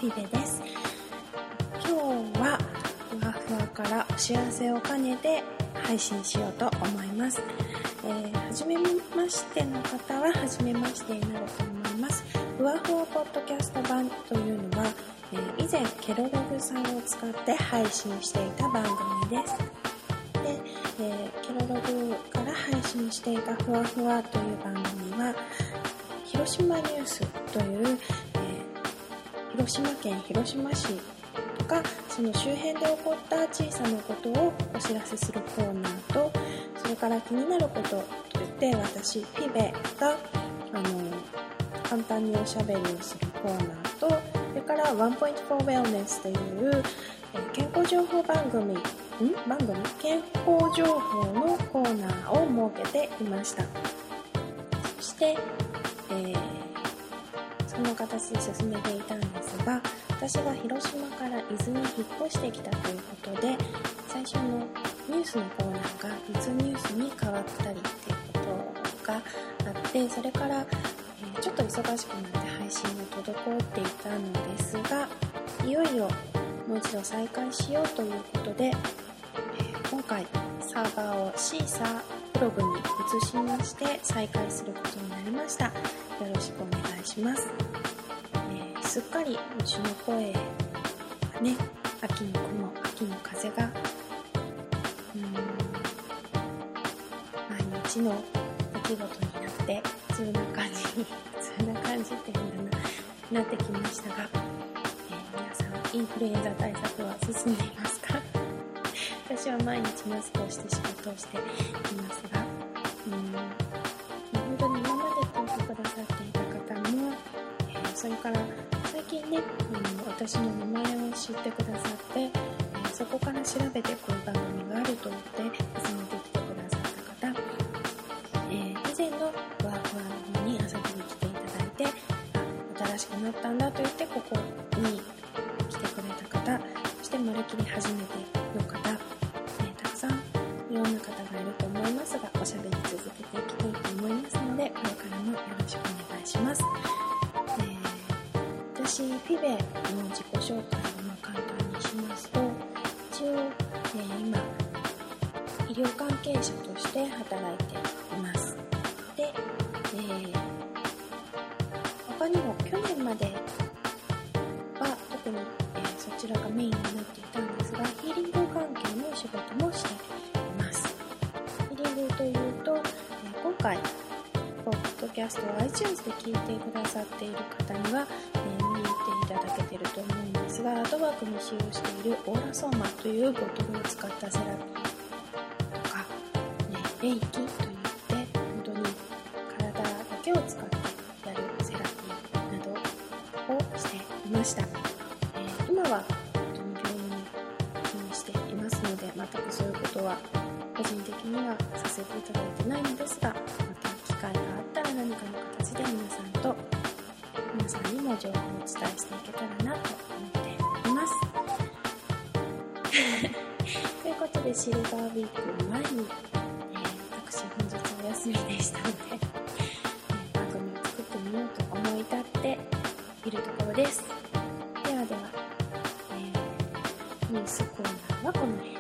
ピベです。今日はふわふわからお知らせを兼ねて配信しようと思います。初めましての方は初めましてになると思います。ふわふわポッドキャスト版というのは、以前ケロログさんを使って配信していた番組です。で、ケロログから配信していたふわふわという番組は広島ニュースという、広島県広島市とかその周辺で起こった小さなことをお知らせするコーナーと、それから気になることといって私ピベが簡単におしゃべりをするコーナーと、それからワンポイントフォーウェルネスという健康情報健康情報のコーナーを設けていました。そして、その形で進めていたんですが、私が広島から伊豆に引っ越してきたということで、最初のニュースのコーナーが伊豆ニュースに変わったりっていうことがあって、それからちょっと忙しくなって配信が滞っていたのですが、いよいよもう一度再開しようということで、今回サーバーをシーサーブログに移しまして再開することになりました。よろしくお願いします。すっかりうちの声がね、秋の雲、秋の風が毎日の出来事になって普通な感じって変だなってきましたが、皆さんインフルエンザ対策は進んでいますか？私は毎日マスクをして仕事をしていますが、本当に今まで聞いてくださっていた方も、それから最近ね、私の名前を知ってくださって、そこから調べてこういう番組があると思って訪ねてきてくださった方、以前のワークワールドに遊びに来ていただいて、新しくなったんだと言ってここに来てくれた方、そしてまるっきり初めての方、たくさんいろんな方がいると思いますが、おしゃべり続けていきたいと思いますので、これからもよろしくお願いします。私ピベの自己紹介を簡単にしますと、一応、今医療関係者として働いています。で、他にも去年までは特に、そちらがメインになっていたんですが、ヒーリング関係の仕事もしています。ヒーリングというと、今回ポッドキャストを iTunes で聞いてくださっている方には、見ていただけていると思うんですが、アートワークに使用しているオーラソーマというボトルを使ったセラピーとか、レイキといって本当に体だけを使ってやるセラピーなどをしていました。今は本当に病院に勤務していますので、全くそういうことは個人的にはさせていただいてないのですが、また機会があったら何かの形で皆さんにも情報をお伝えしていけたらなと思っています。ということでシルバーウィークの前に、私本日お休みでしたので、番組を作ってみようと思い立っているところです。では、ニュースコーナーはこの辺で。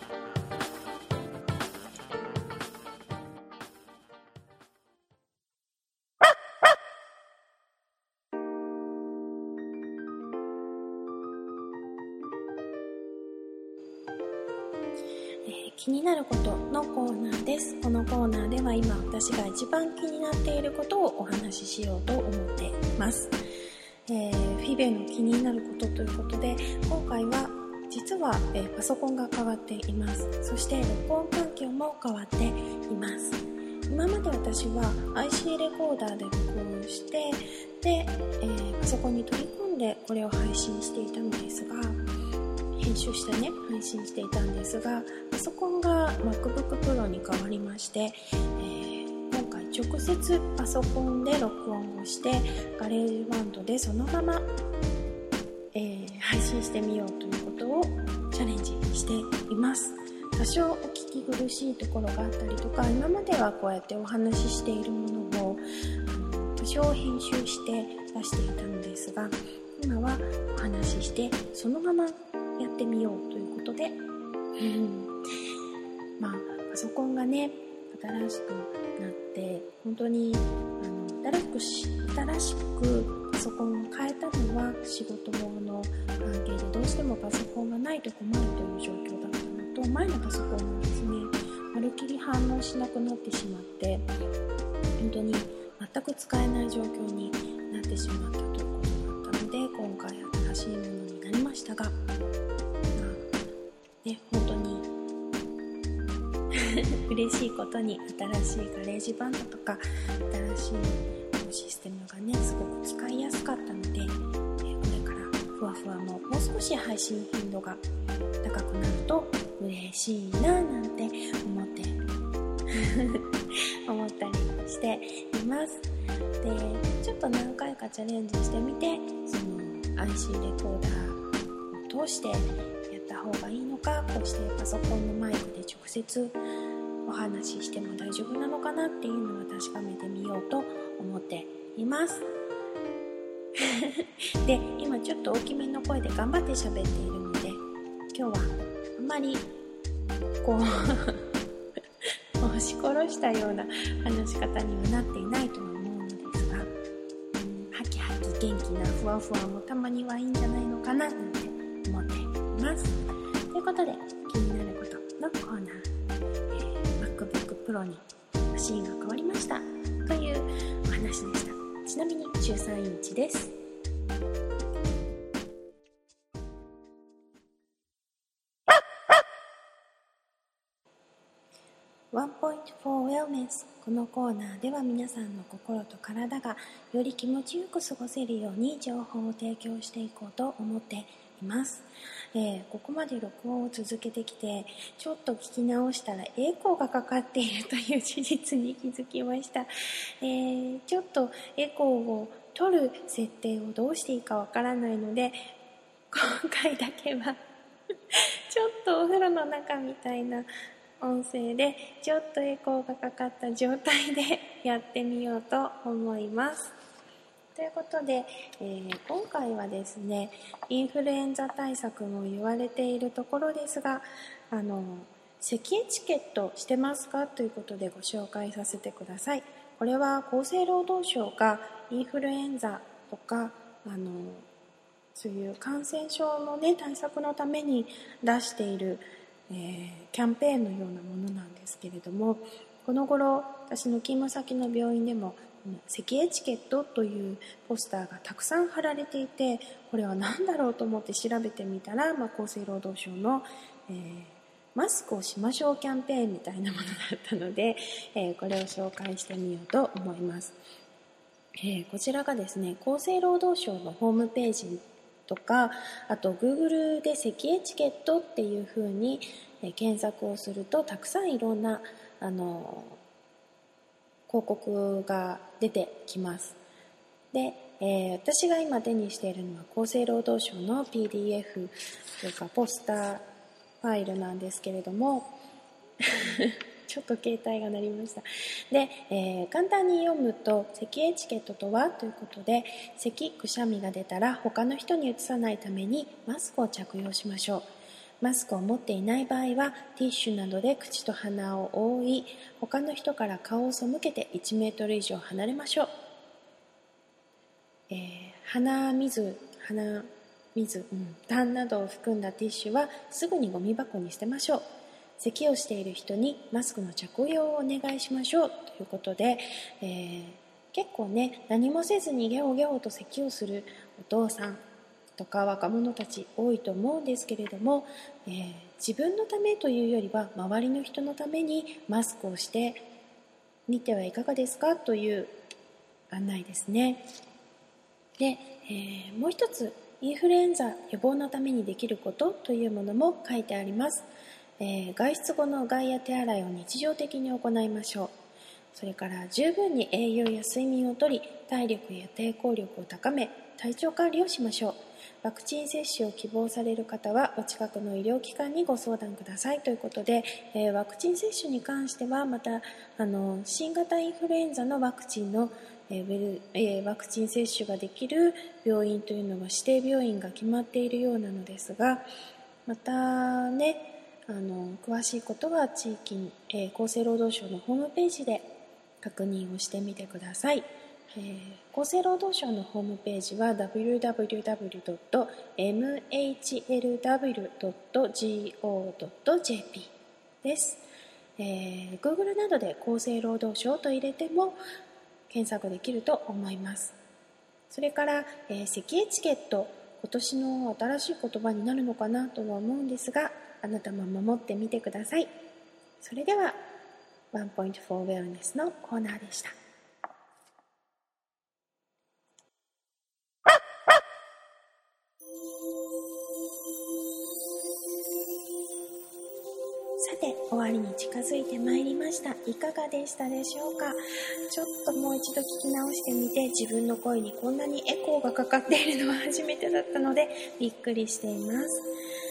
気になることのコーナーです。このコーナーでは今私が一番気になっていることをお話ししようと思っています。フィベの気になることということで、今回は実は、パソコンが変わっています。そして録音環境も変わっています。今まで私は IC レコーダーで録音してで、パソコンに取り込んでこれを配信していたのですが、編集してね配信していたんですが、パソコンが MacBook Pro に変わりまして、今回直接パソコンで録音をしてガレージバンドでそのまま、配信してみようということをチャレンジしています。多少お聞き苦しいところがあったりとか、今まではこうやってお話ししているものを多少編集して出していたのですが、 今はお話ししてそのままやってみようということで、パソコンがね新しくなって本当に新しくパソコンを変えたのは仕事の関係でどうしてもパソコンがないと困るという状況だったのと、前のパソコンもですねまるっきり反応しなくなってしまって、本当に全く使えない状況になってしまったということだったので、今回新しいものになりましたが、本当に嬉しいことに新しいガレージバンドとか新しいシステムがねすごく使いやすかったので、これからふわふわもう少し配信頻度が高くなると嬉しいななんて思ったりしています。で、ちょっと何回かチャレンジしてみて、その IC レコーダーを通してやった方がいいのか、こうしてパソコンのマイクで直接お話ししても大丈夫なのかなっていうのを確かめてみようと思っていますで、今ちょっと大きめの声で頑張って喋っているので、今日はあんまりこう押し殺したような話し方にはなっていないとは思うのですが、ハキハキ元気なふわふわもたまにはいいんじゃないのかななんて思っています。ということで、気になることのコーナー、MacBook Pro にマシンが変わりましたというお話でした。ちなみに13インチです。ワンポイントフォーウェルネス。このコーナーでは皆さんの心と体がより気持ちよく過ごせるように情報を提供していこうと思っています。ここまで録音を続けてきて、ちょっと聞き直したらエコーがかかっているという事実に気づきました。ちょっとエコーを取る設定をどうしていいかわからないので、今回だけはちょっとお風呂の中みたいな音声でちょっとエコーがかかった状態でやってみようと思います。ということで、今回はですね、インフルエンザ対策も言われているところですが、咳エチケットしてますかということでご紹介させてください。これは厚生労働省がインフルエンザとかそういう感染症の、対策のために出しているキャンペーンのようなものなんですけれども、この頃私の勤務先の病院でも咳エチケットというポスターがたくさん貼られていて、これは何だろうと思って調べてみたら、厚生労働省の、マスクをしましょうキャンペーンみたいなものだったので、これを紹介してみようと思います。こちらがですね、厚生労働省のホームページとか、あと Google で咳エチケットっていう風に検索をすると、たくさんいろんな広告が出てきます。で、私が今手にしているのは厚生労働省の PDF というかポスターファイルなんですけれどもちょっと携帯が鳴りました。で、簡単に読むと、咳エチケットとはということで、咳、くしゃみが出たら他の人にうつさないためにマスクを着用しましょう。マスクを持っていない場合はティッシュなどで口と鼻を覆い、他の人から顔を背けて1メートル以上離れましょう。鼻水、痰などを含んだティッシュはすぐにゴミ箱に捨てましょう。咳をしている人にマスクの着用をお願いしましょうということで、結構ね、何もせずにゲホゲホと咳をするお父さんとか若者たち多いと思うんですけれども、自分のためというよりは周りの人のためにマスクをしてみてはいかがですかという案内ですね。で、もう一つ、インフルエンザ予防のためにできることというものも書いてあります。外出後のうがいや手洗いを日常的に行いましょう。それから十分に栄養や睡眠をとり、体力や抵抗力を高め、体調管理をしましょう。ワクチン接種を希望される方はお近くの医療機関にご相談くださいということで、ワクチン接種に関してはまた新型インフルエンザのワクチンの、 ワクチン接種ができる病院というのは指定病院が決まっているようなのですが、またね、詳しいことは地域、厚生労働省のホームページで確認をしてみてください。厚生労働省のホームページは www.mhlw.go.jp です。Google などで厚生労働省と入れても検索できると思います。それから、咳エチケット、今年の新しい言葉になるのかなとは思うんですが、あなたも守ってみてください。それでは One Point for Wellness のコーナーでした。さて、終わりに近づいてまいりました。いかがでしたでしょうか。ちょっともう一度聞き直してみて、自分の声にこんなにエコーがかかっているのは初めてだったのでびっくりしています。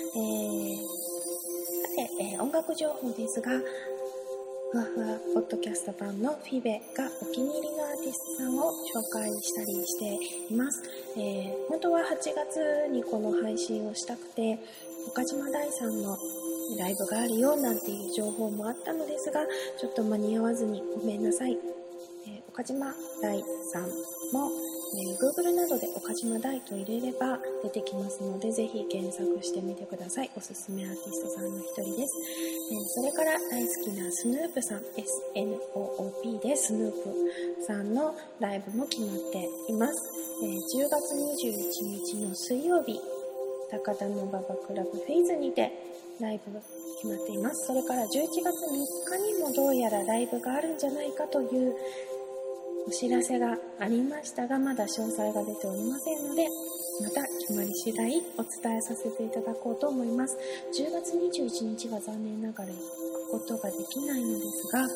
音楽情報ですが、ふわふわポッドキャスト版のフィベがお気に入りのアーティストさんを紹介したりしています。本当は8月にこの配信をしたくて、岡島大さんのライブがあるよなんていう情報もあったのですが、ちょっと間に合わずにごめんなさい。岡島大さんも、Google などで岡島大と入れれば出てきますので、ぜひ検索してみてください。おすすめアーティストさんの一人です。それから大好きなスヌープさん、SNOOP でスヌープさんのライブも決まっています。10月21日の水曜日、高田馬場クラブフェイズにてライブが決まっています。それから11月3日にもどうやらライブがあるんじゃないかというお知らせがありましたが、まだ詳細が出ておりませんので、また決まり次第お伝えさせていただこうと思います。10月21日は残念ながら行くことができないのですが、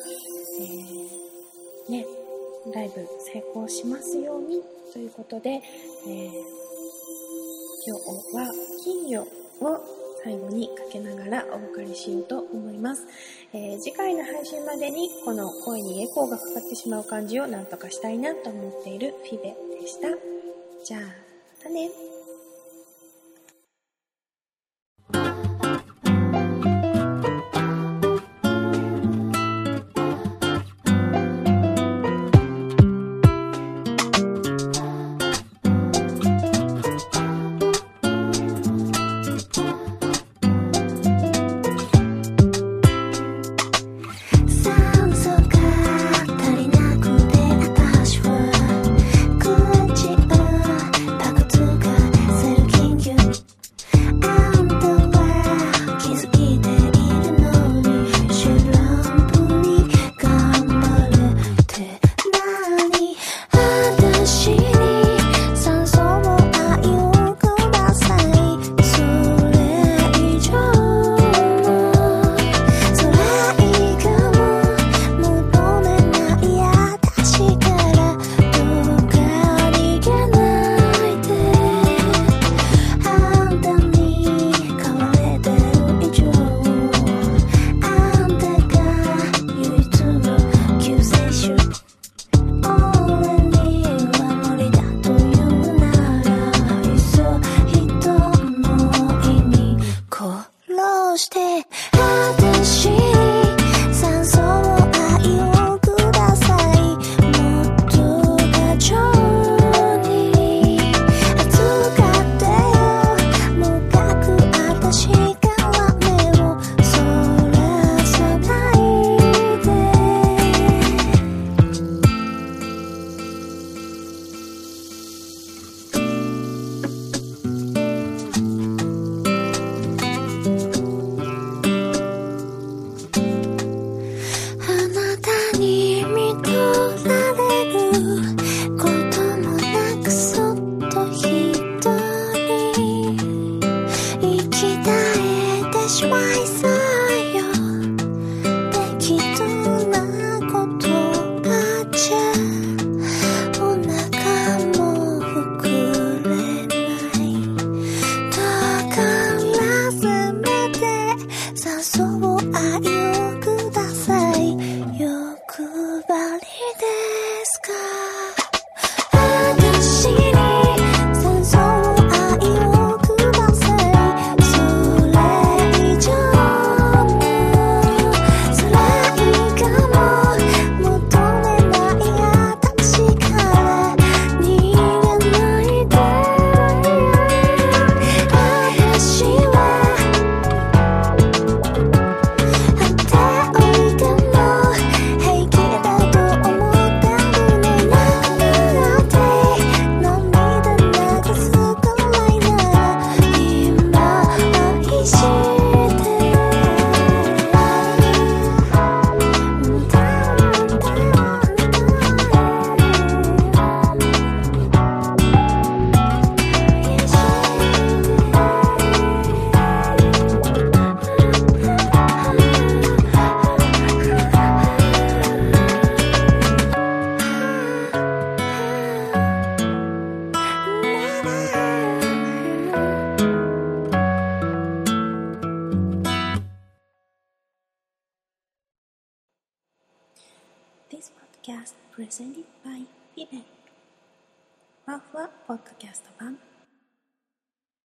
ライブ成功しますようにということで、今日は金魚を最後にかけながらお別れしようと思います。次回の配信までにこの声にエコーがかかってしまう感じをなんとかしたいなと思っているフィベでした。じゃあまたね。 欲張りですか。 podcast presented by Vive。ふわふわポッドキャスト版